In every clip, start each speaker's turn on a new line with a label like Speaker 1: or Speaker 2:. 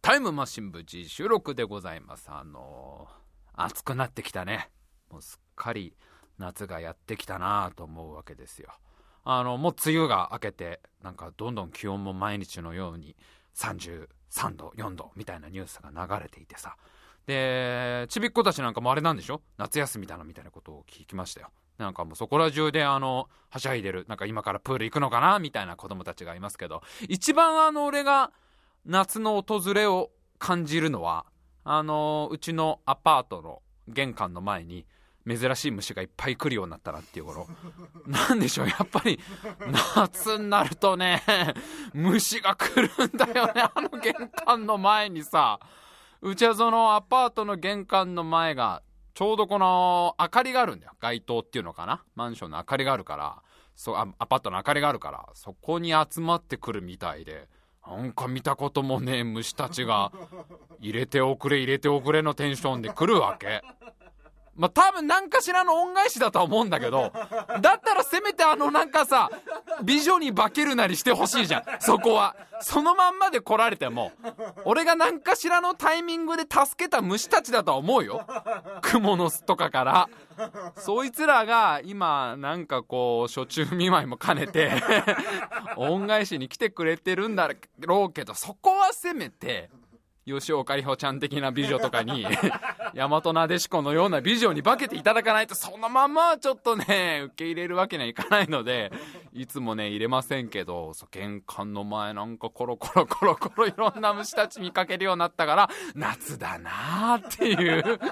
Speaker 1: タイムマシン部 G 収録でございます。暑くなってきたね。もうすっかり夏がやってきたなと思うわけですよ。もう梅雨が明けて、なんかどんどん気温も毎日のように33度4度みたいなニュースが流れていてさ、でちびっ子たちなんかもあれなんでしょ、夏休みだなみたいなことを聞きましたよ。なんかもうそこら中ではしゃいでる、なんか今からプール行くのかなみたいな子供たちがいますけど、一番俺が夏の訪れを感じるのはうちのアパートの玄関の前に珍しい虫がいっぱい来るようになったなっていう頃なんでしょう、やっぱり夏になるとね虫が来るんだよね。玄関の前にさ、うちはそのアパートの玄関の前がちょうどこの明かりがあるんだよ。街灯っていうのかな、マンションの明かりがあるから、アパートの明かりがあるから、そこに集まってくるみたいで、なんか見たこともねえ虫たちが入れておくれのテンションで来るわけ。まあ多分何かしらの恩返しだとは思うんだけど、だったらせめてなんかさ、美女に化けるなりしてほしいじゃん。そこはそのまんまで来られても、俺が何かしらのタイミングで助けた虫たちだとは思うよ。クモの巣とかから。そいつらが今なんかこう暑中見舞いも兼ねて恩返しに来てくれてるんだろうけど、そこはせめて吉岡里帆ちゃん的な美女とかに大和なでしこのような美女に化けていただかないと、そのままちょっとね受け入れるわけにはいかないので、いつもね入れませんけど、玄関の前なんかコロコロいろんな虫たち見かけるようになったから、夏だなっていう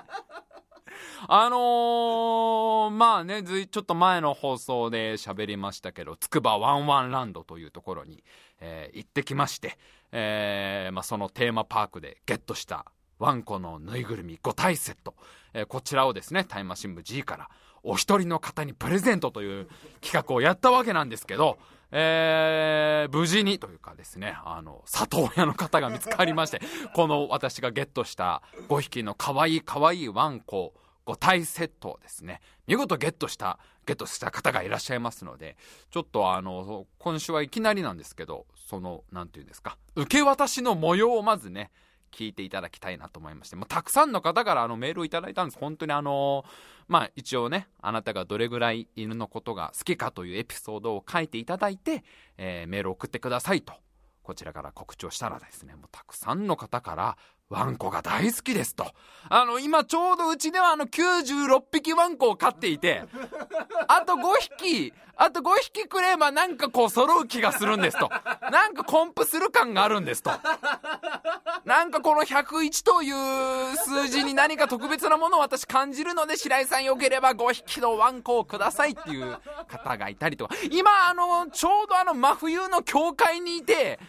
Speaker 1: まあね、ちょっと前の放送で喋りましたけど、つくばワンワンランドというところに、行ってきまして、そのテーマパークでゲットしたワンコのぬいぐるみ5体セット、こちらをですねタイムマシン部 G からお一人の方にプレゼントという企画をやったわけなんですけど、無事にというかですね、里親の方が見つかりまして、この私がゲットした5匹のかわいいワンコ5体セットをですね、見事ゲットした方がいらっしゃいますので、ちょっと今週はいきなりなんですけど、なんていうんですか、受け渡しの模様をまずね聞いていただきたいなと思いまして、たくさんの方からメールをいただいたんです。本当に一応ね、あなたがどれぐらい犬のことが好きかというエピソードを書いていただいて、メールを送ってくださいとこちらから告知をしたらですね、もうたくさんの方からワンコが大好きですと、今ちょうどうちでは96匹ワンコを飼っていて、あと5匹くればなんかこう揃う気がするんですと、なんかコンプする感があるんですと、なんかこの101という数字に何か特別なものを私感じるので、白井さんよければ5匹のワンコをくださいっていう方がいたりとか、今ちょうど真冬の教会にいて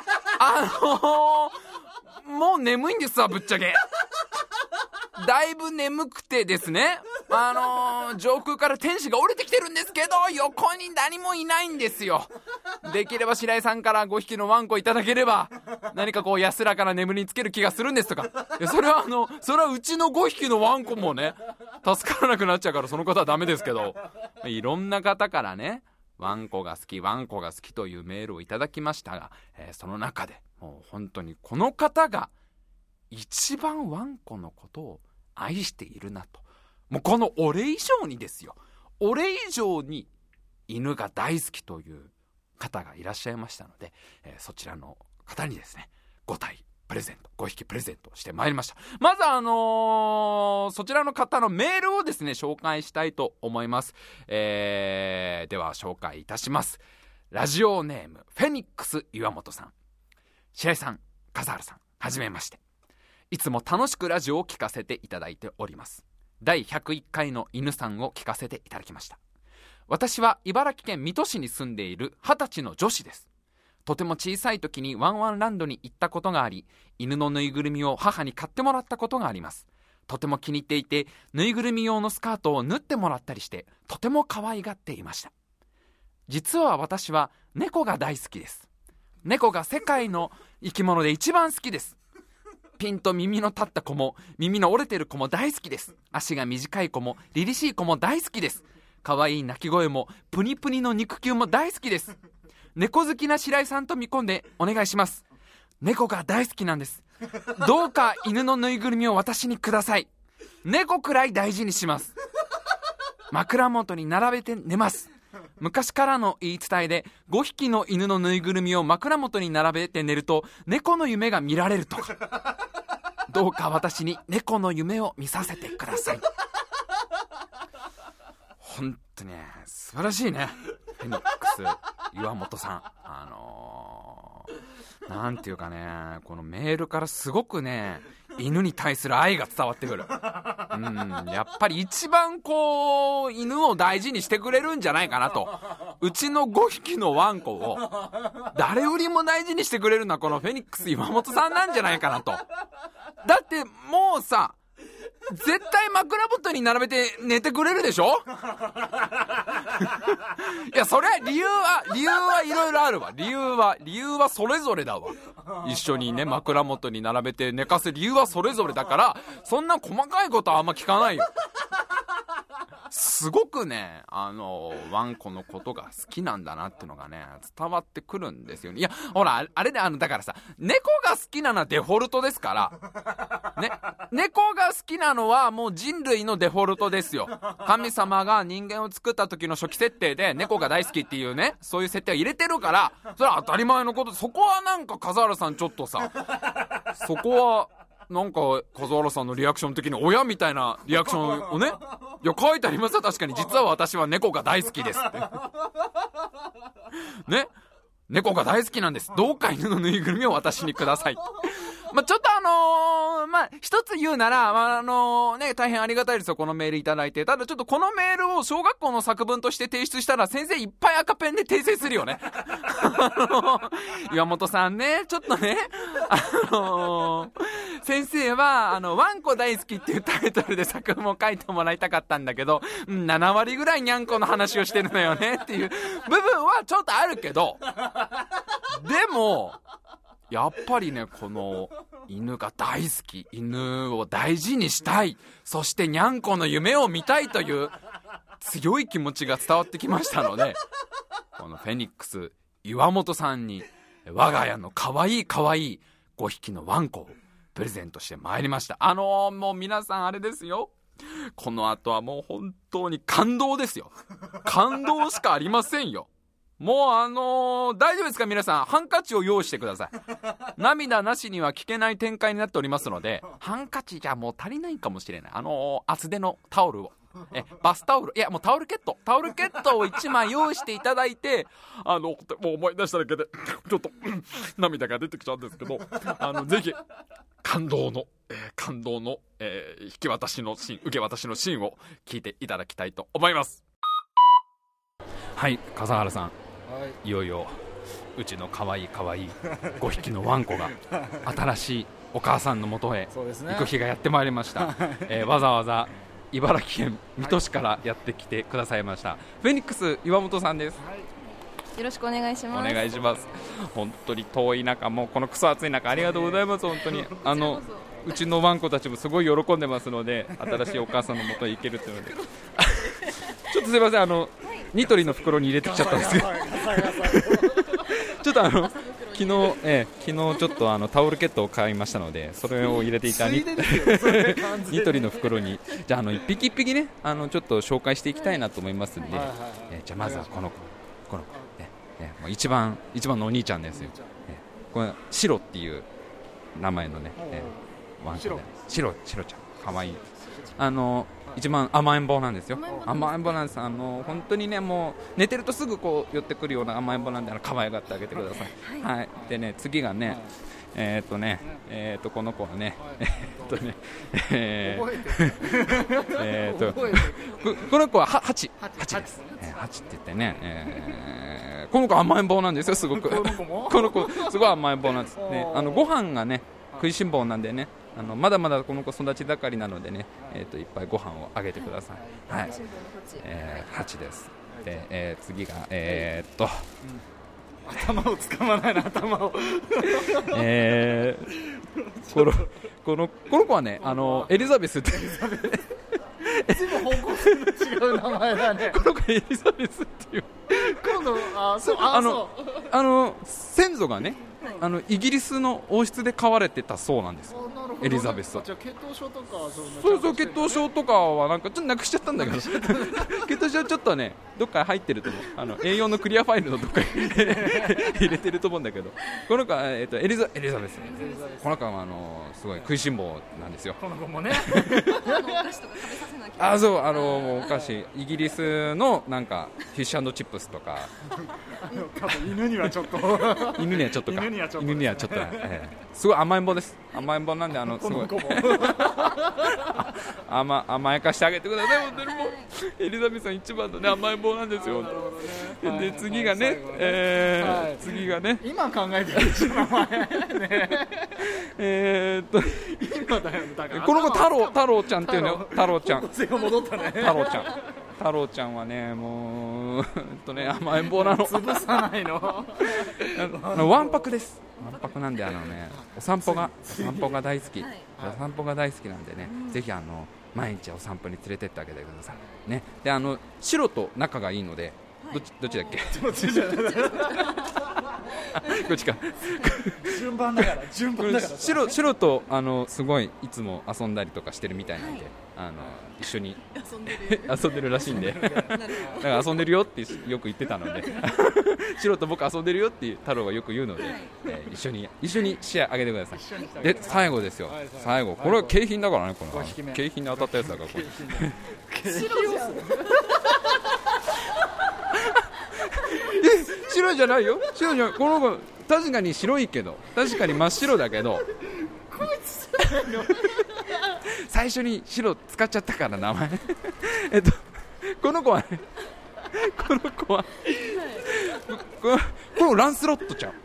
Speaker 1: もう眠いんですわ、ぶっちゃけだいぶ眠くてですね、上空から天使が降りてきてるんですけど、横に何もいないんですよ。できれば白井さんから5匹のワンコいただければ何かこう安らかな眠りにつける気がするんですとか、それはうちの5匹のワンコもね助からなくなっちゃうから、その方はダメですけど、いろんな方からねワンコが好きというメールをいただきましたが、その中でもう本当にこの方が一番ワンコのことを愛しているなと、もうこの俺以上にですよ、俺以上に犬が大好きという方がいらっしゃいましたので、そちらの方にですね5匹プレゼントしてまいりました。まずそちらの方のメールをですね紹介したいと思います。では紹介いたします。ラジオネームフェニックス岩本さん。白井さん、笠原さん、はじめまして。いつも楽しくラジオを聞かせていただいております。第101回の犬さんを聞かせていただきました。私は茨城県水戸市に住んでいる20歳の女子です。とても小さい時にワンワンランドに行ったことがあり、犬のぬいぐるみを母に買ってもらったことがあります。とても気に入っていて、ぬいぐるみ用のスカートを縫ってもらったりして、とても可愛がっていました。実は私は猫が大好きです。猫が世界の生き物で一番好きです。ピンと耳の立った子も耳の折れてる子も大好きです。足が短い子も凛々しい子も大好きです。可愛い鳴き声もプニプニの肉球も大好きです。猫好きな白井さんと見込んでお願いします。猫が大好きなんです。 どうか犬のぬいぐるみを私にください。猫くらい大事にします。枕元に並べて寝ます。昔からの言い伝えで、5匹の犬のぬいぐるみを枕元に並べて寝ると猫の夢が見られるとか。どうか私に猫の夢を見させてください。本当にね、素晴らしいね、フェニックス岩本さん。なんていうかね、このメールからすごくね、犬に対する愛が伝わってくる。やっぱり一番こう犬を大事にしてくれるんじゃないかなと。うちの5匹のワンコを誰よりも大事にしてくれるのはこのフェニックス岩本さんなんじゃないかなと。だってもうさ、絶対枕元に並べて寝てくれるでしょ。いや、それは理由はいろいろあるわ。理由はそれぞれだわ。一緒にね、枕元に並べて寝かす理由はそれぞれだから、そんな細かいことはあんま聞かないよ。すごくね、ワンコのことが好きなんだなってのがね、伝わってくるんですよね。いや、ほら、あれで、だからさ、猫が好きなのはデフォルトですから。ね、猫が好きなのはもう人類のデフォルトですよ。神様が人間を作った時の初期設定で猫が大好きっていうね、そういう設定を入れてるから、それは当たり前のこと。そこはなんか笠原さんちょっとさ、そこは、なんか笠原さんのリアクション的に親みたいなリアクションをね、いや書いてありますよ。確かに、実は私は猫が大好きですってね、猫が大好きなんです。どうか犬のぬいぐるみを私にください。ちょっと一つ言うなら、ね、大変ありがたいですよ、このメールいただいて。ただちょっとこのメールを小学校の作文として提出したら先生いっぱい赤ペンで訂正するよね。岩本さんね、ちょっとね、先生はワンコ大好きっていうタイトルで作文を書いてもらいたかったんだけど、7割ぐらいにゃんこの話をしてるのよねっていう部分はちょっとあるけど、でもやっぱりね、この犬が大好き、犬を大事にしたい、そしてにゃんこの夢を見たいという強い気持ちが伝わってきましたので、このフェニックス岩本さんに我が家のかわいい5匹のワンコをプレゼントしてまいりました。もう皆さんあれですよ、この後はもう本当に感動ですよ。感動しかありませんよ。もう大丈夫ですか皆さん、ハンカチを用意してください。涙なしには聞けない展開になっておりますので、ハンカチじゃもう足りないかもしれない。厚手のタオルを、バスタオル、いやもうタオルケットを1枚用意していただいて、もう思い出しただけでちょっと涙が出てきちゃうんですけど、ぜひ感動の、引き渡しのシーン、受け渡しのシーンを聞いていただきたいと思います。はい、笠原さん、いよいようちのかわいい5匹のワンコが新しいお母さんのもとへ行く日がやってまいりました。わざわざ茨城県水戸市からやってきてくださいました、フェニックス岩本さんです。
Speaker 2: よろしくお願いします。
Speaker 1: お願いします。本当に遠い中、もうこのクソ暑い中ありがとうございます。本当にうちのワンコたちもすごい喜んでますので、新しいお母さんのもとへ行けるというのでちょっとすいません、ニトリの袋に入れてきちゃったんですけどちょっと昨日ちょっとタオルケットを買いましたので、それを入れていたニトリの袋に、じゃあ一匹一匹ね、ちょっと紹介していきたいなと思いますんで、じゃあまずはこの子、もう一番のお兄ちゃんですよ。これシロっていう名前のね、ワンコで、シロちゃんかわいい。一番甘えん坊なんですよ。甘えん坊なんです。本当にね、もう寝てるとすぐこう寄ってくるような甘えん坊なんで、可愛がってあげてください。はい。でね、次がね、この子はね、この子はハチです。ハチって言ってね、この子甘えん坊なんですよ、すごく。この子すごい甘えん坊なんですね。ご飯がね食いしん坊なんでね、まだまだこの子育ち盛りなのでね、いっぱいご飯をあげてください。はい。ハチです。で、次が
Speaker 3: 頭をつかまないな、頭を
Speaker 1: この子はね、エリザベスって
Speaker 3: 一部方向性の違う名前だね。
Speaker 1: この子エリザベスっていう、
Speaker 3: 今度先祖がね、
Speaker 4: イギリスの王室で飼われてたそうなんです。エリザベスは。
Speaker 3: じゃあ血統症とか
Speaker 4: そう血統症とかはなんかちょっとなくしちゃったんだけど血統症ちょっとねどっか入ってると思う。A4 のクリアファイルのどっかに入れてると思うんだけど、この子は、エリザベス、この子はすごい食いしん坊なんですよ。
Speaker 3: この子もね
Speaker 2: お菓子とか食べさせなきゃ。
Speaker 4: そうお菓子イギリスのなんかフィッシュ&チップスとか
Speaker 3: 多分犬にはちょっと
Speaker 4: 犬にはちょっとか
Speaker 3: 犬にはちょっと
Speaker 4: 犬にはちょっとすごい甘えん坊です。甘えん坊なんですごい甘やかしてあげてください。本当にもうエリザベスさん一番のね甘えん坊なんですよ。で次がね、次がね
Speaker 3: 今考えてるでしょ名前今だよだから
Speaker 4: この子太郎ちゃんっていうのよ。太郎ちゃん
Speaker 3: 個性が戻ったね。
Speaker 4: 太郎ちゃんはねもう甘えん坊なの。
Speaker 3: 潰さないの
Speaker 4: わんぱくです。わんぱくなんでお散歩が大好き、
Speaker 2: はい
Speaker 4: お散歩が大好きなんでね、ぜひ毎日お散歩に連れてってあげてくださいね。で白と仲がいいので、どっちだっけこっちか
Speaker 3: 順番だから
Speaker 4: 白とすごいいつも遊んだりとかしてるみたいなんで、一緒に遊んでるらしいんでだから遊んでるよってよく言ってたので白と僕遊んでるよって太郎がよく言うので、一緒にしてあげてください。で最後ですよ、最後これは景品だからね。この景品で当たったやつだからこれ白じゃないよ。白じゃない。この子確かに白いけど、確かに真っ白だけど最初に白使っちゃったから名前この子はねこのランスロットちゃん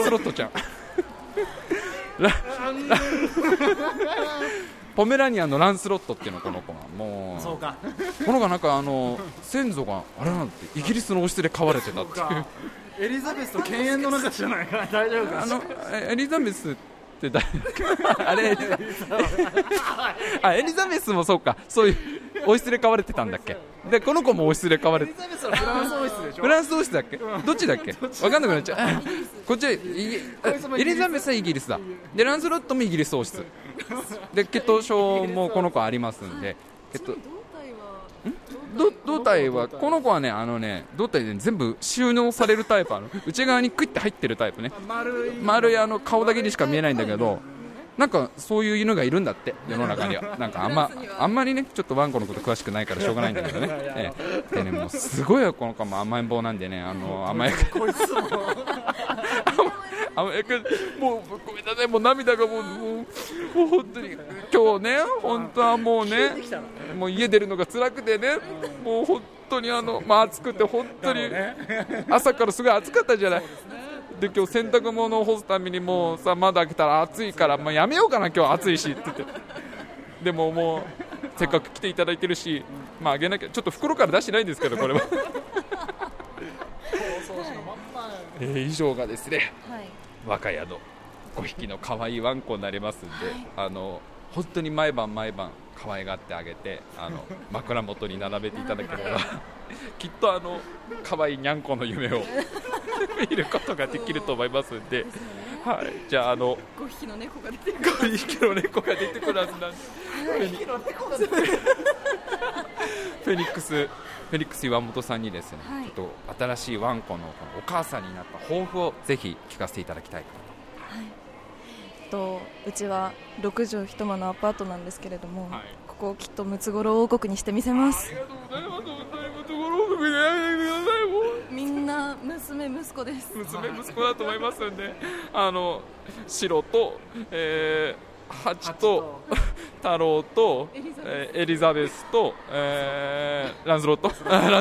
Speaker 4: ポメラニアンのランスロットっていうの。この子はもう
Speaker 3: そうか
Speaker 4: この子なんか先祖があれなんてイギリスの王室で飼われてたっていう
Speaker 3: エリザベスと犬猿の中じゃないか。大丈夫か
Speaker 4: エリザベスって誰あれエリザベスもそうか、そういう王室で飼われてたんだっけ。でこの子も王室で飼われて、
Speaker 3: エリザベスはフランス王室でしょ。
Speaker 4: フランス王室だっけ、どっちだっけ分かんなくなっちゃうこっちはエリザベスはイギリスだ。でランスロットもイギリス王室で血統症もこの子ありますんで、胴体はこの子はね胴体で全部収納されるタイプ、内側にクイッて入ってるタイプね。丸い顔だけにしか見えないんだけど、なんかそういう犬がいるんだって世の中には。なんかあんまりねちょっとワンコのこと詳しくないからしょうがないんだけどね。でねもうすごいこの子も甘えん坊なんでね甘やか
Speaker 3: こいつも
Speaker 4: もうごめんなさい、もう涙がもう本当に今日ね本当はもうねもう家出るのが辛くてね、もう本当に暑くて本当に朝からすごい暑かったじゃない。で今日洗濯物を干すためにもうさ窓開けたら暑いからもうやめようかな今日暑いしって言って、でももうせっかく来ていただいてるしあげなきゃ、ちょっと袋から出してないんですけどこれは以上がですね、我が家の5匹の可愛いワンコになりますんで、本当に毎晩可愛がってあげて枕元に並べていただければきっと可愛いにゃんこの夢を見ることができると思いますんで、はい、じゃあ
Speaker 2: 5匹の猫が出てくる
Speaker 4: 5匹の猫が出てくるはずなんでフェニックス岩本さんにですね、ちょっと新しいワンコのお母さんになった抱負をぜひ聞かせていただきたい
Speaker 2: と。うちは6畳一間のアパートなんですけれども、ここをきっとムツゴロウ王国にしてみせます。
Speaker 4: ありがとうございます。ムツゴロウ王国にやめてください。もう
Speaker 2: みんな娘息子です。
Speaker 4: 息子だと思いますんで、白と、ハチと太郎とエリザベスと、ランスロット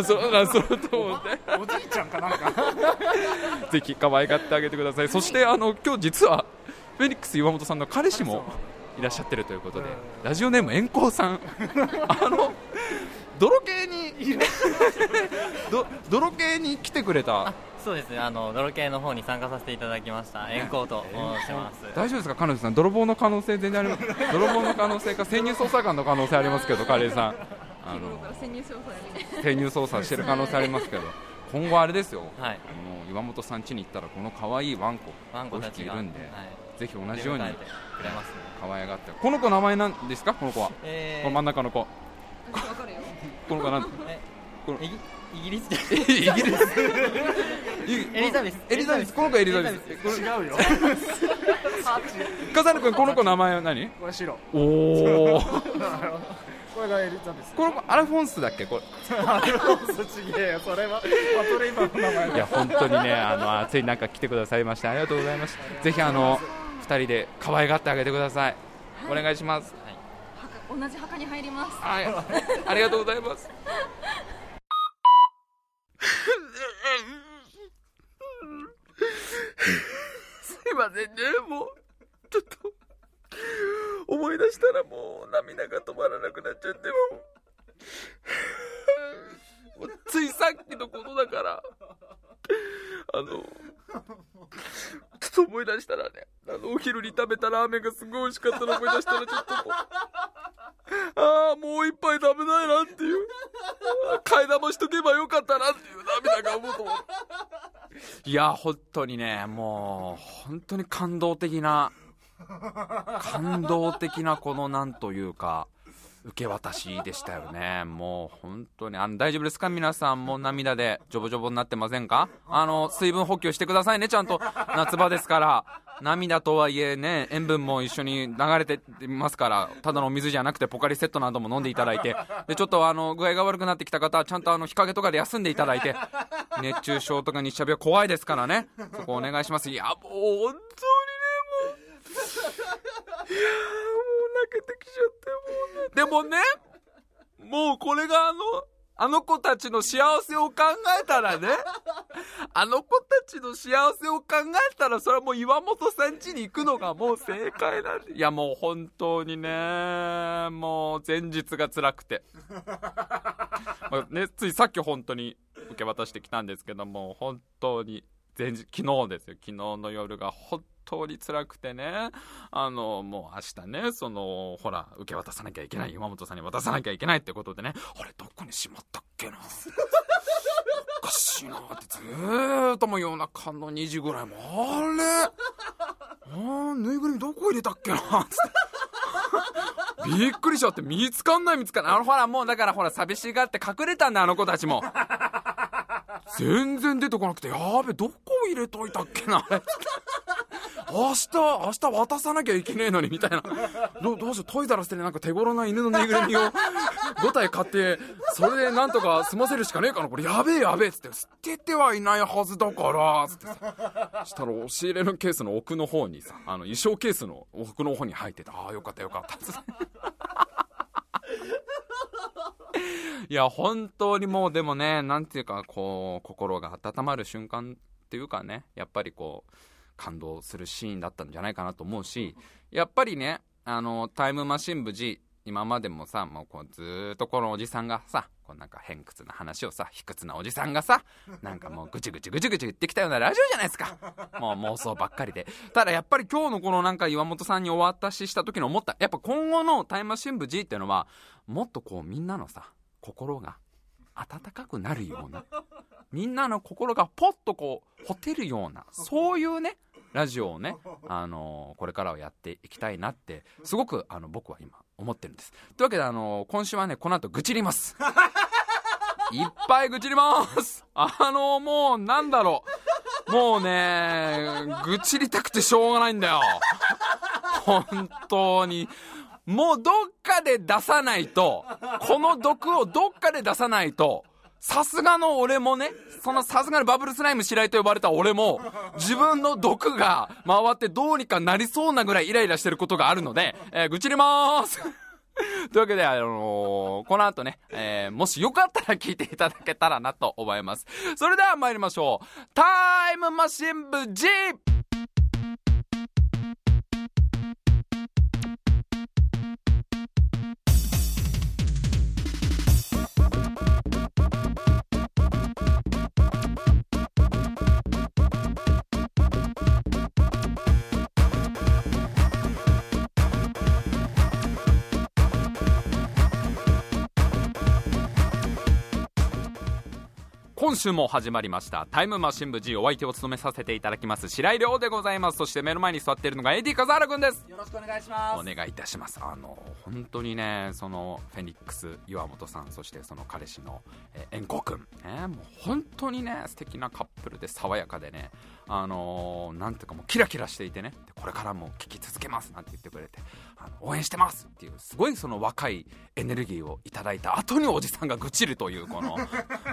Speaker 3: おじいちゃんかなんか
Speaker 4: ぜひ可愛がってあげてください。そして今日実はフェニックス岩本さんの彼氏もいらっしゃってるということで、ラジオネーム円光さん泥系に来てくれた。
Speaker 5: そうですね、泥系の方に参加させていただきました円光と申します。
Speaker 4: 大丈夫ですか彼女さん、泥棒の可能性全然あります泥棒の可能性か潜入捜査官の可能性ありますけど、カレーさん潜入捜査してる可能性ありますけど今後あれですよ、
Speaker 5: はい、
Speaker 4: 岩本さん家に行ったらこの可愛いワンコ
Speaker 5: たちが
Speaker 4: いるんで、
Speaker 5: はい、
Speaker 4: ぜひ同じように
Speaker 5: くれますね。
Speaker 4: 可愛がって。この子名前なんですか？この子は、この真ん中の子、この子なんこの
Speaker 5: イギリス
Speaker 4: イギリス
Speaker 5: エリザベス、
Speaker 4: この子エリザベス。
Speaker 3: 違うよ
Speaker 4: 笠野君、この子名前は何？
Speaker 3: これ白。
Speaker 4: おお
Speaker 3: これがエリザベス。
Speaker 4: この子アルフォンスだっけ？これ
Speaker 3: アルフォンスちげえよ、それはパトレイバーの名前。
Speaker 4: いや本当にね、暑い中来てくださいましてありがとうございます。ぜひ2人で可愛がってあげてください。お願いします。
Speaker 2: 同じ墓に入ります。
Speaker 4: はい、ありがとうございます。すいませんね、もうちょっと思い出したらもう涙が止まらなくなっちゃって、もうついさっきのことだからちょっと思い出したらね、お昼に食べたラーメンがすごい美味しかったの思い出したら、ちょっともう一杯食べないなっていう、替え玉しとけばよかったなっていう涙が思うと思う。いや本当にね、もう本当に感動的なこのなんというか受け渡しでしたよね。もう本当に大丈夫ですか皆さん？もう涙でジョボジョボになってませんか？水分補給してくださいね、ちゃんと。夏場ですから涙とはいえね、塩分も一緒に流れてますから、ただのお水じゃなくてポカリセットなども飲んでいただいて、でちょっと具合が悪くなってきた方はちゃんと日陰とかで休んでいただいて、熱中症とか日射病怖いですからね、そこお願いします。いやもう本当にね、もういや泣けてきちゃって、もうね、でもね、もうこれがあの子たちの幸せを考えたらね、あの子たちの幸せを考えたら、それはもう岩本さん家に行くのがもう正解なんで。いやもう本当にね、もう前日が辛くてね、ついさっき本当に受け渡してきたんですけども、本当に昨日ですよ、昨日の夜が本当に辛くてね、もう明日ね、ほら受け渡さなきゃいけない、岩本さんに渡さなきゃいけないってことでね、あれどこにしまったっけなおかしいなってずーっともう夜中の2時ぐらいもぬいぐるみどこ入れたっけなってびっくりしちゃって、見つかんないほらもうだからほら寂しがって隠れたんだ、あの子たちも全然出てこなくて、やべどこ入れといたっけな明日渡さなきゃいけねえのにみたいな、どうしよう、トイザらスでなんか手頃な犬のぬいぐるみを5体買ってそれでなんとか済ませるしかねえかな、これやべえっつって、捨ててはいないはずだからつってさ、したら押し入れのケースの奥の方にさ、衣装ケースの奥の方に入ってた。よかったつっていや本当にもう、でもね、なんていうかこう心が温まる瞬間っていうかね、やっぱりこう感動するシーンだったんじゃないかなと思うし、やっぱりね、タイムマシン部 G、 今までもさ、もうこうずーっとこのおじさんがさ、こうなんか偏屈な話をさ、卑屈なおじさんがさ、なんかもうぐちぐち言ってきたようなラジオじゃないですか。もう妄想ばっかりで。ただやっぱり今日のこのなんか岩本さんにお渡しした時に思った、やっぱ今後のタイムマシン部 G っていうのはもっとこうみんなのさ心が温かくなるような、みんなの心がポッとこうほてるような、そういうねラジオをね、これからはやっていきたいなってすごく僕は今思ってるんです。というわけで今週はね、この後愚痴りますいっぱい愚痴ります。もうなんだろう、もうね愚痴りたくてしょうがないんだよ本当に。もうどっかで出さないと、この毒をどっかで出さないと、さすがの俺もね、そのさすがのバブルスライム白井と呼ばれた俺も自分の毒が回ってどうにかなりそうなぐらいイライラしてることがあるので、愚痴りますというわけでこの後ね、もしよかったら聞いていただけたらなと思います。それでは参りましょう。タイムマシン部 G。
Speaker 1: 今週も始まりましたタイムマシン部 G、 お相手を務めさせていただきます白井亮でございます。そして目の前に座っているのが AD 風原くんです。
Speaker 3: よろしくお願いします。
Speaker 1: お願いいたします。本当にね、そのフェニックス岩本さん、そしてその彼氏の円子くん、もう本当にね素敵なカップルで爽やかでね、なんていうかもうキラキラしていてね、でこれからも聴き続けますなんて言ってくれて、応援してますっていうすごいその若いエネルギーをいただいた後におじさんが愚痴るというこの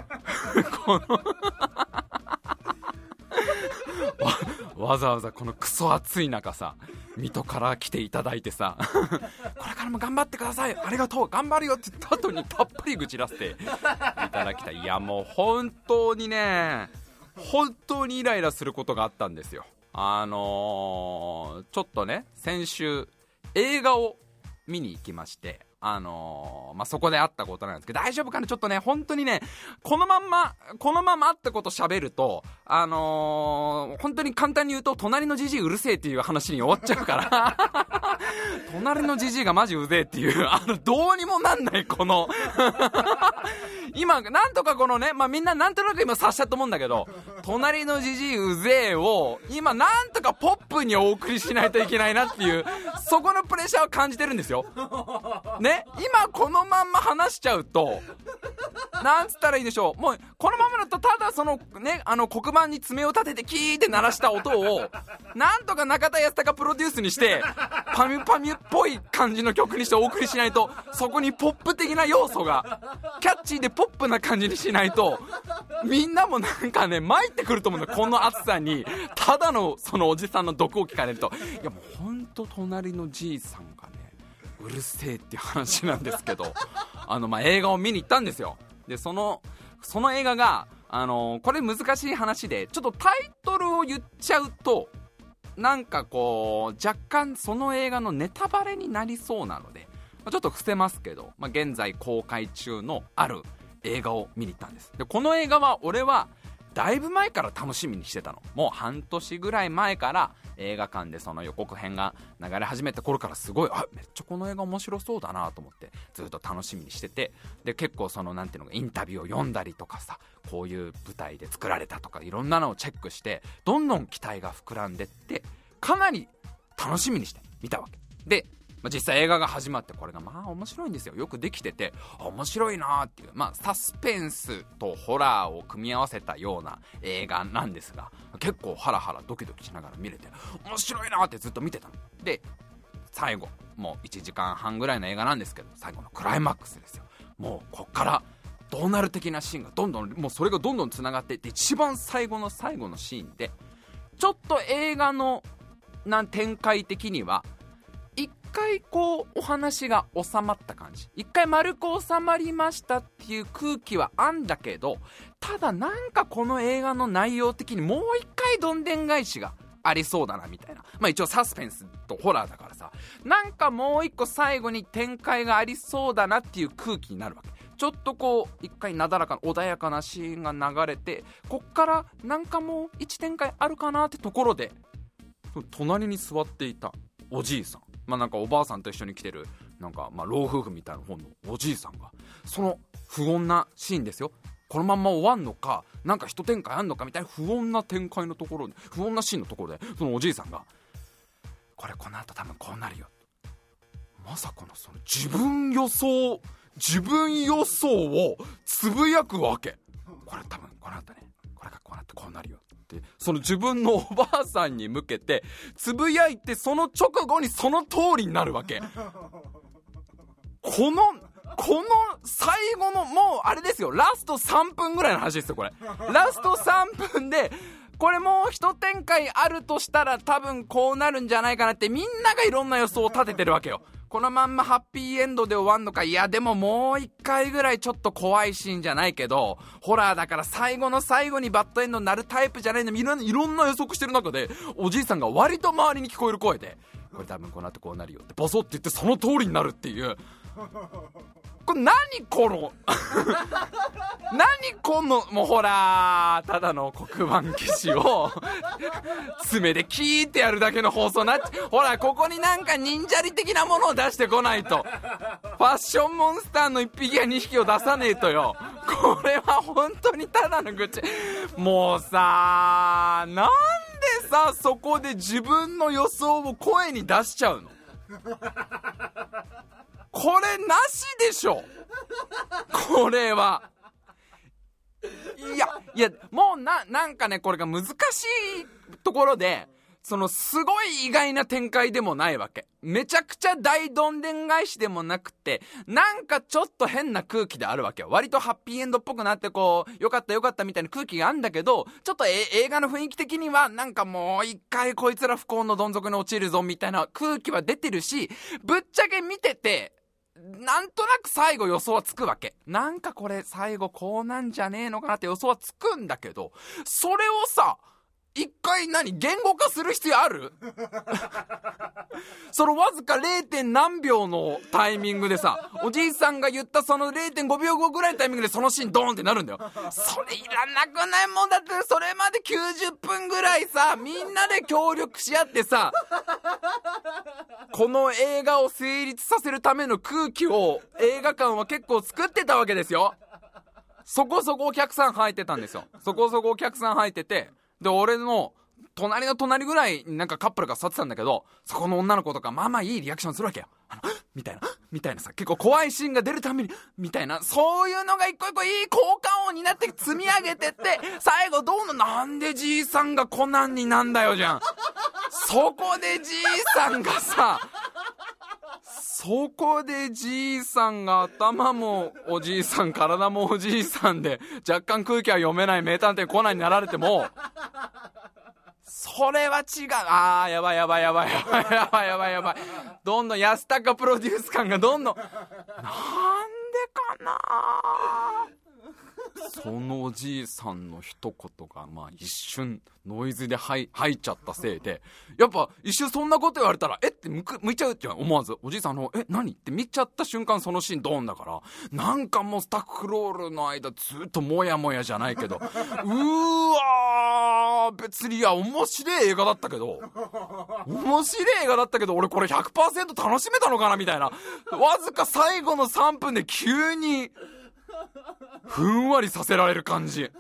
Speaker 1: わざわざこのクソ暑い中さ、水戸から来ていただいてさこれからも頑張ってください、ありがとう、頑張るよって言った後にたっぷり愚痴らせていただきたい。いやもう本当にね、本当にイライラすることがあったんですよ。ちょっとね先週映画を見に行きまして、そこであったことなんですけど、大丈夫かな、ちょっとね本当にねこのまんまってこと喋ると本当に簡単に言うと隣のジジイうるせえっていう話に終わっちゃうから隣のジジイがマジうぜえっていうどうにもなんないこの今なんとかこのね、みんななんとなく今察したと思うんだけど、隣のジジイうぜえを今なんとかポップにお送りしないといけないなっていうそこのプレッシャーを感じてるんですよね。今このまんま話しちゃうとなんつったらいいでしょう、もうこのままだとただそのね黒板に爪を立ててキーって鳴らした音をなんとか中田康隆プロデュースにしてパミュパミュっぽい感じの曲にしてお送りしないと、そこにポップ的な要素がキャッチーでポップな感じにしないとみんなもなんかね参ってくると思うんだ。この暑さにただのそのおじさんの毒を聞かれると、いやもうほんと隣のじいさんがねうるせえっていう話なんですけど映画を見に行ったんですよ。でその映画がこれ難しい話で、ちょっとタイトルを言っちゃうとなんかこう若干その映画のネタバレになりそうなのでちょっと伏せますけど、現在公開中のある映画を見に行ったんです。でこの映画は俺はだいぶ前から楽しみにしてたの。もう半年ぐらい前から映画館でその予告編が流れ始めた頃からすごいめっちゃこの映画面白そうだなと思ってずっと楽しみにしてて、で結構そのなんていうのインタビューを読んだりとかさ、こういう舞台で作られたとかいろんなのをチェックしてどんどん期待が膨らんでってかなり楽しみにして見たわけで、実際映画が始まってこれが面白いんですよ。よくできてて面白いなっていう、サスペンスとホラーを組み合わせたような映画なんですが、結構ハラハラドキドキしながら見れて面白いなってずっと見てたので、最後もう1時間半ぐらいの映画なんですけど、最後のクライマックスですよ。もうこっからどうなる的なシーンがどんどんもうそれがどんどんつながっていって、一番最後の最後のシーンでちょっと映画の展開的には一回こうお話が収まった感じ、一回丸く収まりましたっていう空気はあんだけど、ただなんかこの映画の内容的にもう一回どんでん返しがありそうだなみたいな、一応サスペンスとホラーだからさ、なんかもう一個最後に展開がありそうだなっていう空気になるわけ。ちょっとこう一回なだらかな穏やかなシーンが流れて、こっからなんかもう一展開あるかなってところで、隣に座っていたおじいさん、なんかおばあさんと一緒に来てるなんか老夫婦みたいな方のおじいさんが、その不穏なシーンですよ、このまんま終わんのかなんか一展開あんのかみたいな不穏な展開のところで、不穏なシーンのところでそのおじいさんがこれこの後多分こうなるよ、まさかのその自分予想をつぶやくわけ。これ多分この後ね、これがこうなってこうなるよってその自分のおばあさんに向けてつぶやいて、その直後にその通りになるわけ。この最後のもうあれですよ、ラスト3分ぐらいの話ですよこれ。ラスト3分でこれもう一展開あるとしたら多分こうなるんじゃないかなってみんながいろんな予想を立ててるわけよ。このまんまハッピーエンドで終わんのか、いやでももう一回ぐらいちょっと怖いシーンじゃないけど、ホラーだから最後の最後にバッドエンドになるタイプじゃないの、いろんな予測してる中でおじいさんが割と周りに聞こえる声で、これ多分この後こうなるよってボソって言ってその通りになるっていう、 これ何このもうほらただの黒板消しを爪でキーってやるだけの放送なっちゃほらここになんか忍者理的なものを出してこないと、ファッションモンスターの1匹や2匹を出さねえとよ。これは本当にただの愚痴。もうさ、なんでさそこで自分の予想を声に出しちゃうの。これなしでしょこれは。いやもうなんかね、これが難しいところで、そのすごい意外な展開でもないわけ。めちゃくちゃ大どんでん返しでもなくて、なんかちょっと変な空気であるわけよ。割とハッピーエンドっぽくなって、こうよかったよかったみたいな空気があるんだけど、ちょっと映画の雰囲気的にはなんかもう一回こいつら不幸のどん底に落ちるぞみたいな空気は出てるし、ぶっちゃけ見ててなんとなく最後予想はつくわけ。なんかこれ最後こうなんじゃねえのかなって予想はつくんだけど、それをさ一回言語化する必要あるそのわずか 0. 何秒のタイミングでさ、おじいさんが言ったその 0.5 秒後ぐらいのタイミングでそのシーンドーンってなるんだよ。それいらなくない？もんだって、それまで90分ぐらいさみんなで協力し合ってさこの映画を成立させるための空気を映画館は結構作ってたわけですよ。そこそこお客さん入ってたんですよ。そこそこお客さん入ってて、で俺の隣の隣ぐらいになんかカップルが座ってたんだけど、そこの女の子とかまあまあいいリアクションするわけよ。みたいなさ、結構怖いシーンが出るためにみたいな、そういうのが一個一個いい効果音になって積み上げてって、最後どうなんでじいさんがコナンになんだよじゃん。そこでじいさんがさそこでじいさんが頭もおじいさん体もおじいさんで若干空気は読めない名探偵コナンになられても、それは違う。やばいどんどん安高プロデュース感がどんどん、なんでかな。そのおじいさんの一言がまあ一瞬ノイズで入っちゃったせいで、やっぱ一瞬そんなこと言われたらって向いちゃうじゃん。思わずおじいさんの何って見ちゃった瞬間、そのシーンドーンだから、なんかもうスタッフロールの間ずっともやもやじゃないけど別に面白い映画だったけど俺これ 100% 楽しめたのかなみたいな、わずか最後の3分で急にふんわりさせられる感じ。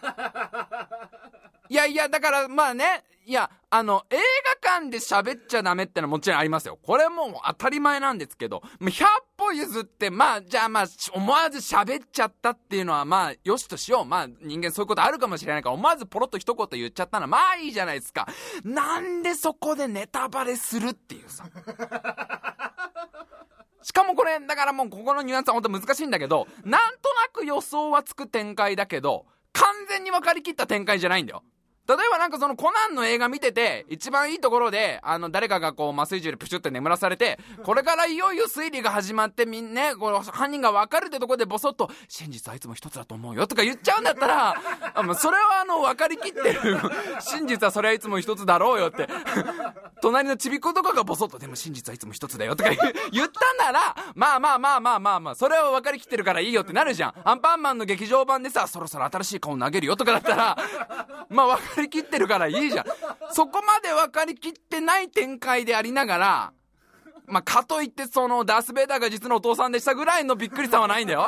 Speaker 1: いやだからまあね、映画館で喋っちゃダメってのはもちろんありますよ。これもう当たり前なんですけど、100歩譲ってじゃあ思わず喋っちゃったっていうのはまあよしとしよう。人間そういうことあるかもしれないから思わずポロッと一言言っちゃったのはまあいいじゃないですか。なんでそこでネタバレするっていうさしかもこれだからもうここのニュアンスは本当難しいんだけど、なんとなく予想はつく展開だけど完全に分かりきった展開じゃないんだよ。例えばなんかそのコナンの映画見てて一番いいところで誰かがこう麻酔銃でプシュって眠らされて、これからいよいよ推理が始まってみんなこう犯人が分かるってところでボソッと真実はいつも一つだと思うよとか言っちゃうんだったらそれは分かりきってる真実はそれはいつも一つだろうよって隣のちびっ子とかがボソッとでも真実はいつも一つだよとか言ったならまあそれは分かりきってるからいいよってなるじゃん。アンパンマンの劇場版でさ、そろそろ新しい顔投げるよとかだったらまあ分かりきってるからいいじゃん。そこまで分かりきってない展開でありながら、かといってそのダースベイダーが実のお父さんでしたぐらいのびっくりさはないんだよ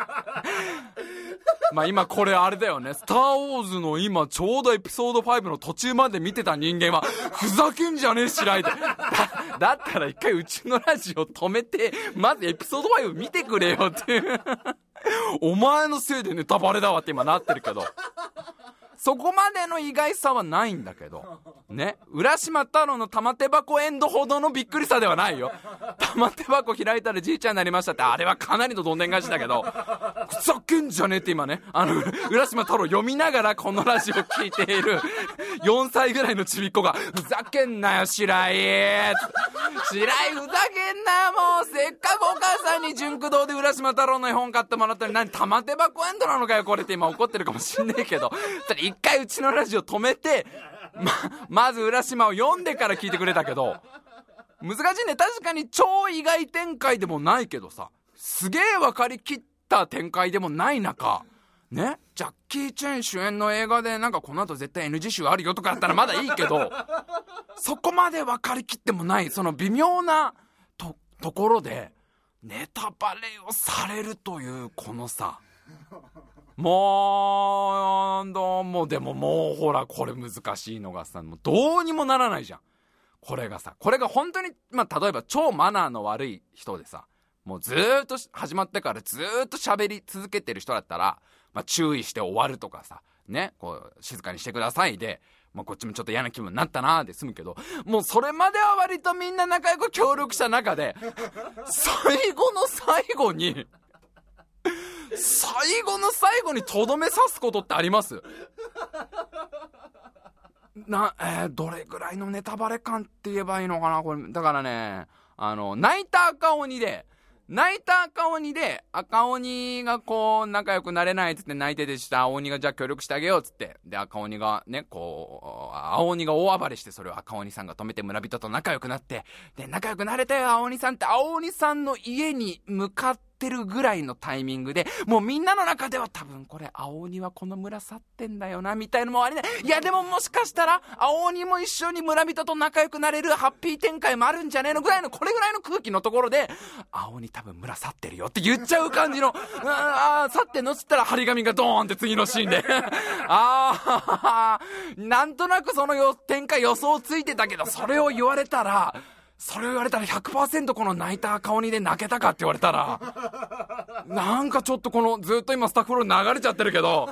Speaker 1: 今これあれだよね、スターウォーズの今ちょうどエピソード5の途中まで見てた人間はふざけんじゃねえしないでだったら一回うちのラジオ止めてまずエピソード5見てくれよっていうお前のせいでネタバレだわって今なってるけど、そこまでの意外さはないんだけどね。浦島太郎の玉手箱エンドほどのびっくりさではないよ。玉手箱開いたらじいちゃんになりましたって、あれはかなりのどんでん返しだけど、ふざけんじゃねえって今ね、浦島太郎読みながらこのラジオ聞いている4歳ぐらいのちびっ子がふざけんなよ白井ふざけんなよ、もうせっかくお母さんに純駆動で浦島太郎の絵本買ってもらったのに何玉手箱エンドなのかよこれって今怒ってるかもしんねえけど、一回うちのラジオ止めてまず浦島を読んでから聞いてくれたけど、難しいね。確かに超意外展開でもないけどさ、 すげえ分かりきった展開でもない中ね、ジャッキー・チェン主演の映画でなんかこの後絶対 NG 集あるよとかだったらまだいいけどそこまで分かりきってもないその微妙な ところでネタバレをされるというこのさ、もうどうもでももうほらこれ難しいのがさ、もうどうにもならないじゃん。これが本当にまあ例えば超マナーの悪い人でさ、もうずーっと始まってからずーっと喋り続けてる人だったら、まあ、注意して終わるとかさね、こう静かにしてくださいで、まあ、こっちもちょっと嫌な気分になったなーで済むけど、もうそれまでは割とみんな仲良く協力した中で最後の最後にとどめ刺すことってあります？どれぐらいのネタバレ感って言えばいいのかなこれ。だからね、泣いた赤鬼で赤鬼がこう仲良くなれないっつって泣いててした青鬼がじゃあ協力してあげようっつって、で赤鬼がねこう青鬼が大暴れして、それを赤鬼さんが止めて村人と仲良くなって、で仲良くなれたよ青鬼さんって青鬼さんの家に向かってるぐらいのタイミングで、もうみんなの中では多分これ青鬼はこの村去ってんだよなみたいのもありね。いやでももしかしたら青鬼も一緒に村人と仲良くなれるハッピー展開もあるんじゃねえのぐらいの、これぐらいの空気のところで青鬼多分村去ってるよって言っちゃう感じの去ってんのっつったら張り紙がドーンって次のシーンでなんとなくその展開予想ついてたけど、それを言われたら 100% この泣いた赤鬼で泣けたかって言われたらなんかちょっとこのずっと今スタッフロール流れちゃってるけど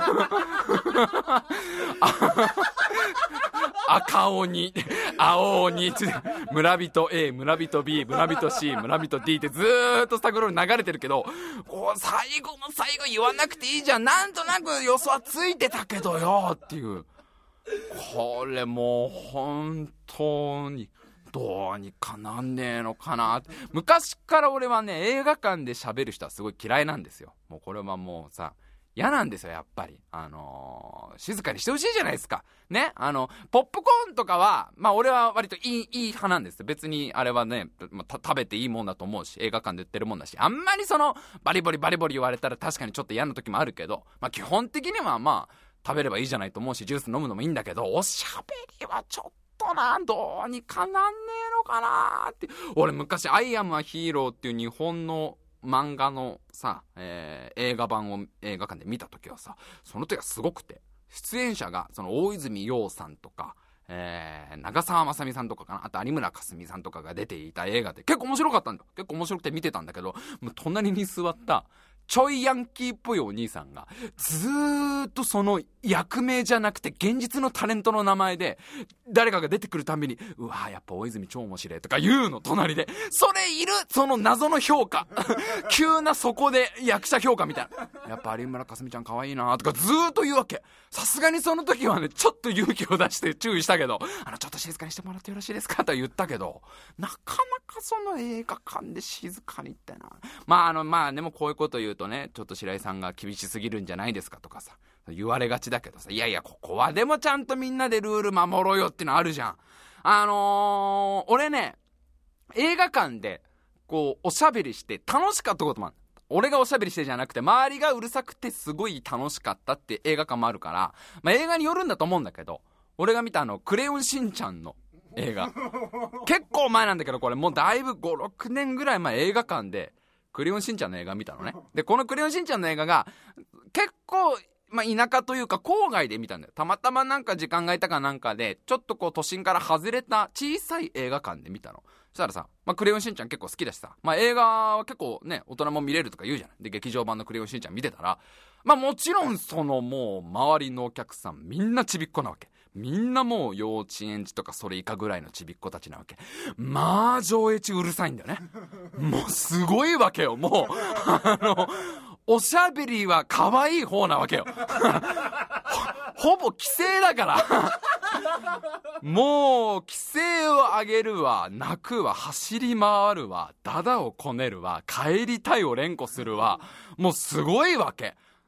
Speaker 1: 赤鬼青鬼村人 A 村人 B 村人 C 村人 D ってずーっとスタッフロール流れてるけど、こう最後の最後言わなくていいじゃん、なんとなく予想はついてたけどよっていう、これもう本当にどうにかなんねえのかなって。昔から俺はね映画館で喋る人はすごい嫌いなんですよ。もうこれはもうさ嫌なんですよやっぱり。静かにしてほしいじゃないですかね。ポップコーンとかはまあ俺は割といい派なんです。別にあれはね、食べていいもんだと思うし、映画館で売ってるもんだし、あんまりそのバリボリ言われたら確かにちょっと嫌な時もあるけど、まあ基本的にはまあ食べればいいじゃないと思うし、ジュース飲むのもいいんだけど、おしゃべりはちょっとな、どうにかなんねえのかなって。俺昔アイアムアヒーローっていう日本の漫画のさ、映画版を映画館で見た時はさ、その時はすごくて、出演者がその大泉洋さんとか、長澤まさみさんとかかな、あと有村架純さんとかが出ていた映画で結構面白かったんだ。結構面白くて見てたんだけど、もう隣に座ったちょいヤンキーっぽいお兄さんがずーっとその役名じゃなくて現実のタレントの名前で誰かが出てくるたんびに、うわーやっぱ大泉超面白いとか言うの、隣で。それいる、その謎の評価急なそこで役者評価みたいな、やっぱ有村架純ちゃん可愛いなとかずーっと言うわけ。さすがにその時はねちょっと勇気を出して注意したけど、ちょっと静かにしてもらってよろしいですかとは言ったけど、なかなかその映画館で静かにってな。まあでもこういうこと言うとね、ちょっと白井さんが厳しすぎるんじゃないですかとかさ言われがちだけどさ、いやいやここはでもちゃんとみんなでルール守ろうよってのあるじゃん。俺ね映画館でこうおしゃべりして楽しかったこともある。俺がおしゃべりしてじゃなくて周りがうるさくてすごい楽しかったって映画館もあるから、まあ映画によるんだと思うんだけど、俺が見たクレヨンしんちゃんの映画結構前なんだけど、これもうだいぶ 5,6 年ぐらい前映画館でクレヨンしんちゃんの映画見たのね。でこのクレヨンしんちゃんの映画が結構まあ、田舎というか郊外で見たんだよ。たまたまなんか時間が空いたかなんかでちょっとこう都心から外れた小さい映画館で見たの。そしたらさ、まあ、クレヨンしんちゃん結構好きだしさ、まあ、映画は結構ね大人も見れるとか言うじゃない。で劇場版のクレヨンしんちゃん見てたら、まあもちろんそのもう周りのお客さんみんなちびっこなわけ。みんなもう幼稚園児とかそれ以下ぐらいのちびっ子たちなわけ。まあ上映中うるさいんだよね。もうすごいわけよ。もうおしゃべりは可愛い方なわけよほぼ規制だからもう規制を上げるわ、泣くわ、走り回るわ、ダダをこねるわ、帰りたいを連呼するわ、もうすごいわけ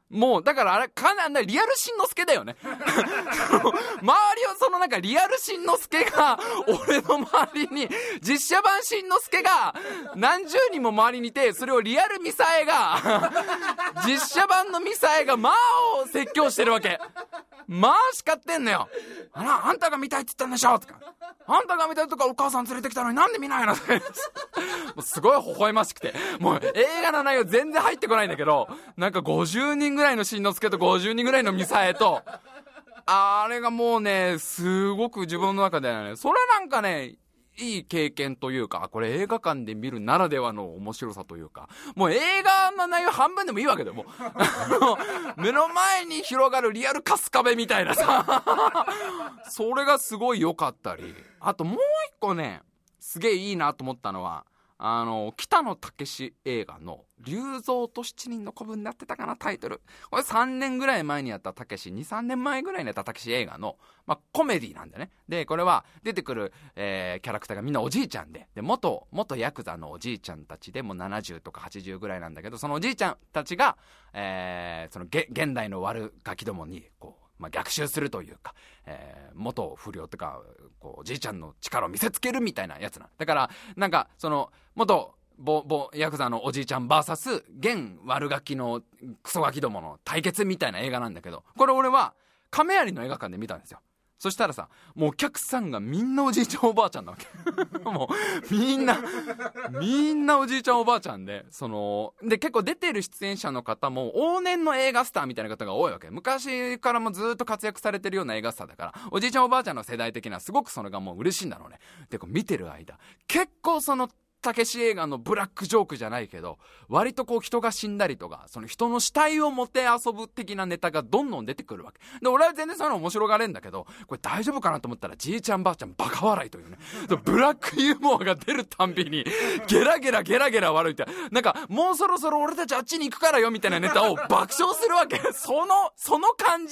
Speaker 1: もうだからあれかなりリアルしんのすけだよね周りをそのなんかリアルしんのすけが俺の周りに実写版しんのすけが何十人も周りにいて、それをリアルミサエが実写版のミサエがまあを説教してるわけ。まあ叱ってんのよ。あんたが見たいって言ったんでしょとか、あんたが見たいとかお母さん連れてきたのになんで見ないのもうすごい微笑ましくて、もう映画の内容全然入ってこないんだけど、なんか50人ぐらいのしんのすけと50人ぐらいのミサエと、あれがもうねすごく自分の中でね、それなんかねいい経験というか、これ映画館で見るならではの面白さというか、もう映画の内容半分でもいいわけでも目の前に広がるリアル春日部みたいなさそれがすごい良かったり、あともう一個ねすげえいいなと思ったのは、北野武映画の竜蔵と七人の子分になってたかな、タイトル。これ3年ぐらい前にやった武2、3年前ぐらいにやった武映画の、コメディなんだね。で、これは出てくる、キャラクターがみんなおじいちゃんで、元ヤクザのおじいちゃんたちでもう70とか80ぐらいなんだけど、そのおじいちゃんたちが、その現代の悪ガキどもに、逆襲するというか、元不良とかおじいちゃんの力を見せつけるみたいなやつな。だからなんかその元ヤクザのおじいちゃん VS 現悪ガキのクソガキどもの対決みたいな映画なんだけど、これ俺は亀有の映画館で見たんですよ。そしたらさ、もうお客さんがみんなおじいちゃんおばあちゃんなわけもうみんなおじいちゃんおばあちゃんで、で結構出てる出演者の方も往年の映画スターみたいな方が多いわけ。昔からもずっと活躍されてるような映画スターだから、おじいちゃんおばあちゃんの世代的なすごくそれがもう嬉しいんだろうね。で見てる間結構そのたけし映画のブラックジョークじゃないけど、割と人が死んだりとか、その人の死体をもて遊ぶ的なネタがどんどん出てくるわけで、俺は全然そういうの面白がれんだけど、これ大丈夫かなと思ったらじいちゃんばあちゃんバカ笑いというねブラックユーモアが出るたんびにゲラゲラ笑うみたいな、なんかもうそろそろ俺たちあっちに行くからよみたいなネタを爆笑するわけその感じ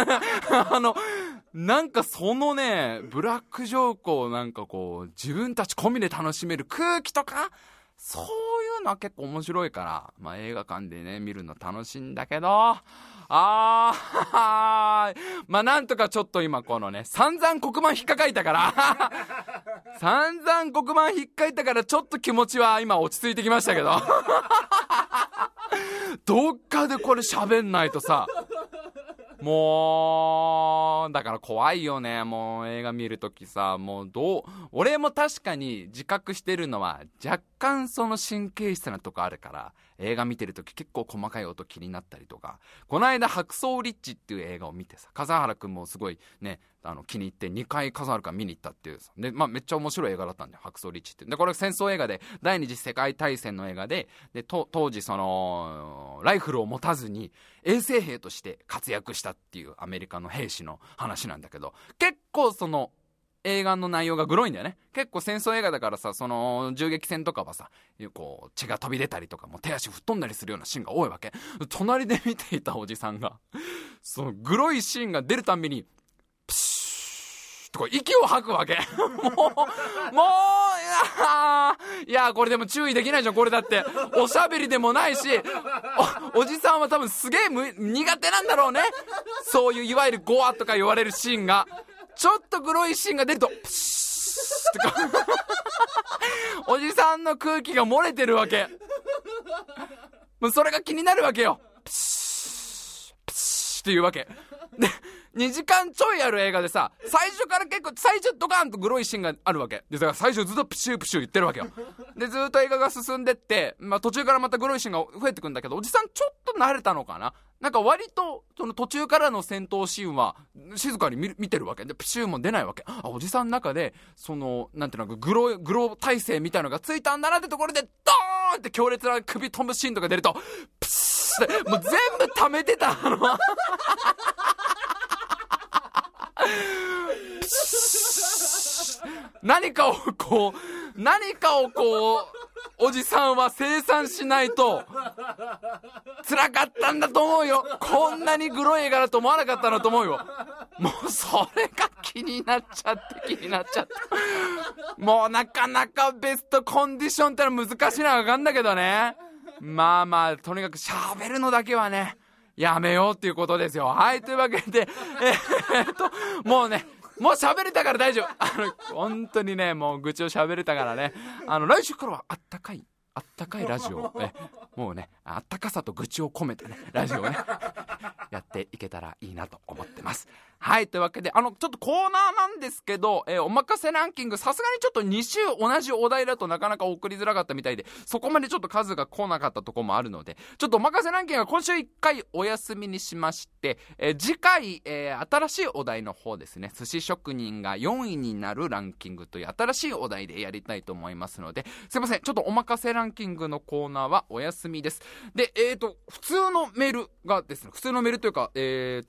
Speaker 1: なんかそのねブラックジョークをなんか自分たち込みで楽しめる空気とか、そういうのは結構面白いから、映画館でね見るの楽しいんだけど、なんとかちょっと今このね散々黒板引っかかいたから散々黒板引っかいたからちょっと気持ちは今落ち着いてきましたけどどっかでこれ喋んないとさ、もうだから怖いよね。もう映画見るときさ、俺も確かに自覚してるのは若干その神経質なとこあるから、映画見てるとき結構細かい音気になったりとか、この間白装リッチっていう映画を見てさ、笠原くんもすごいね気に入って2回笠原くん見に行ったっていうで、めっちゃ面白い映画だったんだよ白装リッチって。でこれ戦争映画で第二次世界大戦の映画で当時そのライフルを持たずに衛生兵として活躍したっていうアメリカの兵士の話なんだけど、結構その映画の内容がグロいんだよね。結構戦争映画だからさ、その銃撃戦とかはさ血が飛び出たりとかもう手足吹っ飛んだりするようなシーンが多いわけ。隣で見ていたおじさんがそのグロいシーンが出るたんびにプシューと息を吐くわけいやこれでも注意できないじゃん。これだっておしゃべりでもないし、おじさんは多分すげえ苦手なんだろうね、そういういわゆるゴアとか言われるシーンが。ちょっとグロいシーンが出るとプシューとかおじさんの空気が漏れてるわけ。もうそれが気になるわけよ。プシュプシュっていうわけで、2時間ちょいある映画でさ、最初から結構最初ドカンとグロいシーンがあるわけで、だから最初ずっとプシュープシュー言ってるわけよ。でずっと映画が進んでって、途中からまたグロいシーンが増えてくんだけど、おじさんちょっと慣れたのかな、なんか割とその途中からの戦闘シーンは静かに見てるわけで、プシューも出ないわけ。おじさんの中でそのなんていうのグロ体勢みたいのがついたんだなってところでドーンって強烈な首飛ぶシーンとか出るとプシューってもう全部溜めてた何かをおじさんは清算しないと辛かったんだと思うよ。こんなにグロい映画だと思わなかったなと思うよ。もうそれが気になっちゃってもうなかなかベストコンディションってのは難しいのは分かんだけどね。とにかく喋るのだけはねやめようっていうことですよ。はい、というわけでもうね、もう喋れたから大丈夫。本当にね、もう愚痴を喋れたからね、来週からはあったかいラジオ、もうね、あったかさと愚痴を込めてね、ラジオをねやっていけたらいいなと思ってます。はい、というわけでちょっとコーナーなんですけど、おまかせランキング、さすがにちょっと2週同じお題だとなかなか送りづらかったみたいで、そこまでちょっと数が来なかったところもあるので、ちょっとおまかせランキングは今週1回お休みにしまして、次回、新しいお題の方ですね、寿司職人が4位になるランキングという新しいお題でやりたいと思いますので、すいません、ちょっとおまかせランキングのコーナーはお休みです。で、普通のメールがですね、普通のメールというか、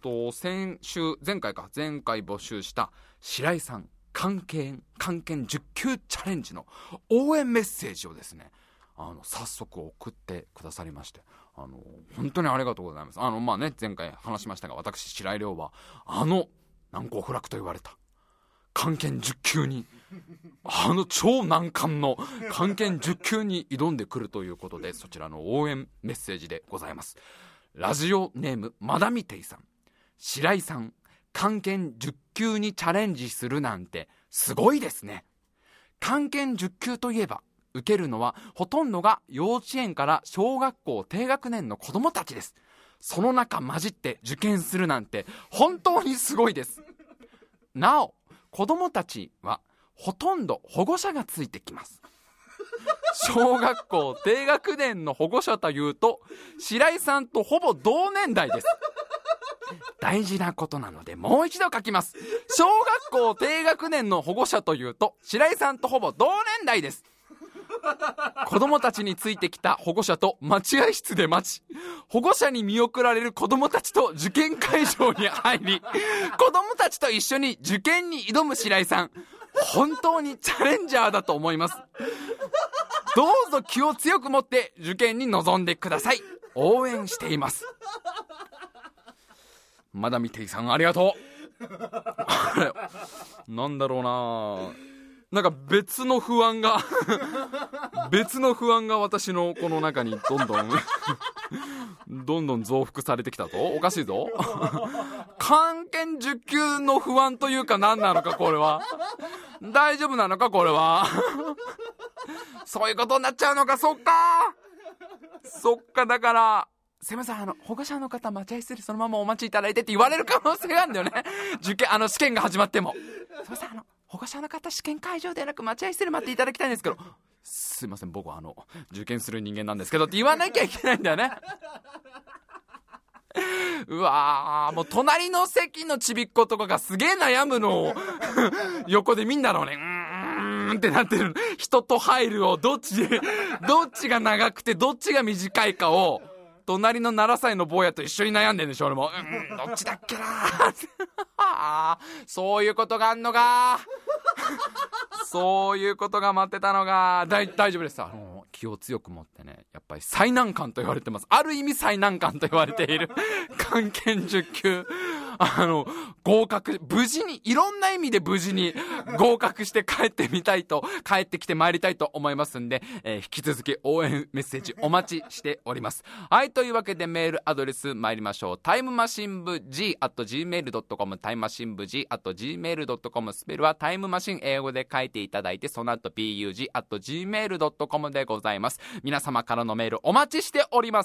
Speaker 1: 前回募集した白井さん漢検10級チャレンジの応援メッセージをですね、早速送ってくださりまして、本当にありがとうございます。まあね、前回話しましたが、私白井亮は難攻不落と言われた漢検10級に超難関の漢検10級に挑んでくるということで、そちらの応援メッセージでございます。ラジオネームマダミテイさん、白井さん漢検10級にチャレンジするなんてすごいですね。漢検10級といえば受けるのはほとんどが幼稚園から小学校低学年の子供たちです。その中混じって受験するなんて本当にすごいです。なお子供たちはほとんど保護者がついてきます。小学校低学年の保護者というと白井さんとほぼ同年代です。大事なことなのでもう一度書きます。小学校低学年の保護者というと白井さんとほぼ同年代です。子供たちについてきた保護者と待合室で待ち、保護者に見送られる子供たちと受験会場に入り、子供たちと一緒に受験に挑む白井さん、本当にチャレンジャーだと思います。どうぞ気を強く持って受験に臨んでください。応援しています。まだ見ていさん、ありがとう。なんだろうな、なんか別の不安が私のこの中にどんどん増幅されてきたぞ。おかしいぞ。漢検10級の不安というか何なのか、これは大丈夫なのか、これは。そういうことになっちゃうのか。そっか、だからすいません、保護者の方待合室でそのままお待ちいただいてって言われる可能性があるんだよね。試験が始まっても、すいません、保護者の方試験会場ではなく待合室で待っていただきたいんですけど、すいません、僕は受験する人間なんですけどって言わなきゃいけないんだよね。うわー、もう隣の席のちびっ子とかがすげえ悩むのを横で見んだろうね。ってなってる。人と入るをどっちが長くてどっちが短いかを隣の7歳の坊やと一緒に悩んでるんでしょ。俺もどっちだっけな。そういうことがあんのか。そういうことが待ってたのが。大丈夫です。気を強く持ってね、やっぱり最難関と言われてます。ある意味最難関と言われている漢検10級、合格、無事に、いろんな意味で無事に合格して帰ってきてまいりたいと思いますんで、引き続き応援メッセージお待ちしております。はい、というわけでメールアドレス参りましょう。タイムマシン部 G@gmail.com、 タイムマシン部 G@gmail.com、 スペルはタイムマシン英語で書いていただいて、その後 bug@gmail.com でございます。皆様からのメールお待ちしております。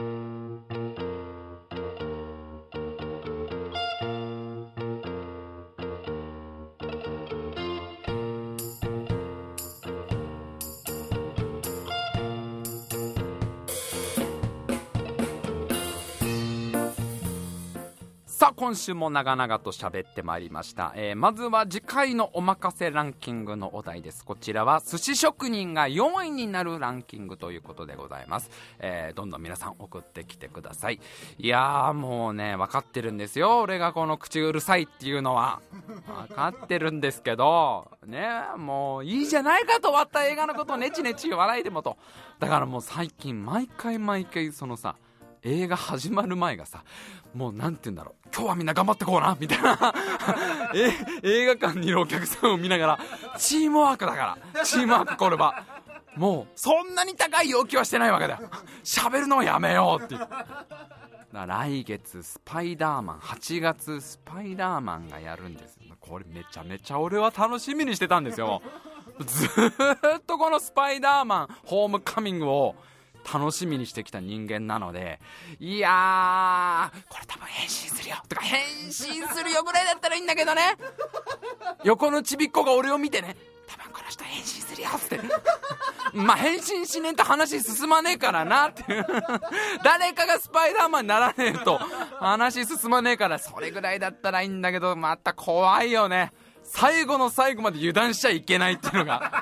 Speaker 1: さあ、今週も長々と喋ってまいりました。まずは次回のおまかせランキングのお題です。こちらは寿司職人が4位になるランキングということでございます。どんどん皆さん送ってきてください。いやー、もうね、分かってるんですよ、俺がこの口うるさいっていうのは。分かってるんですけどね、もういいじゃないかと、終わった映画のことをネチネチ言わないでもと。だからもう最近毎回そのさ、映画始まる前がさ、もうなんて言うんだろう、今日はみんな頑張ってこうなみたいな映画館にいるお客さんを見ながら、チームワークだから、チームワーク、これはもうそんなに高い要求はしてないわけだよ。喋るのをやめようっていう。 来月スパイダーマン、8月スパイダーマンがやるんです。これめちゃめちゃ俺は楽しみにしてたんですよ。ずーっとこのスパイダーマンホームカミングを楽しみにしてきた人間なので、いやー、これ多分変身するよとか変身するよぐらいだったらいいんだけどね、横のちびっこが俺を見てね、多分この人変身するよってまあ変身しねえと話進まねえからなって誰かがスパイダーマンにならねえと話進まねえから、それぐらいだったらいいんだけど、また怖いよね、最後の最後まで油断しちゃいけないっていうのが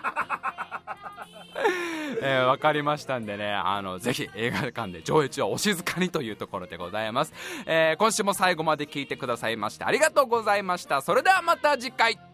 Speaker 1: 分かりましたんでね、ぜひ映画館で上映中はお静かにというところでございます。今週も最後まで聞いてくださいましてありがとうございました。それではまた次回。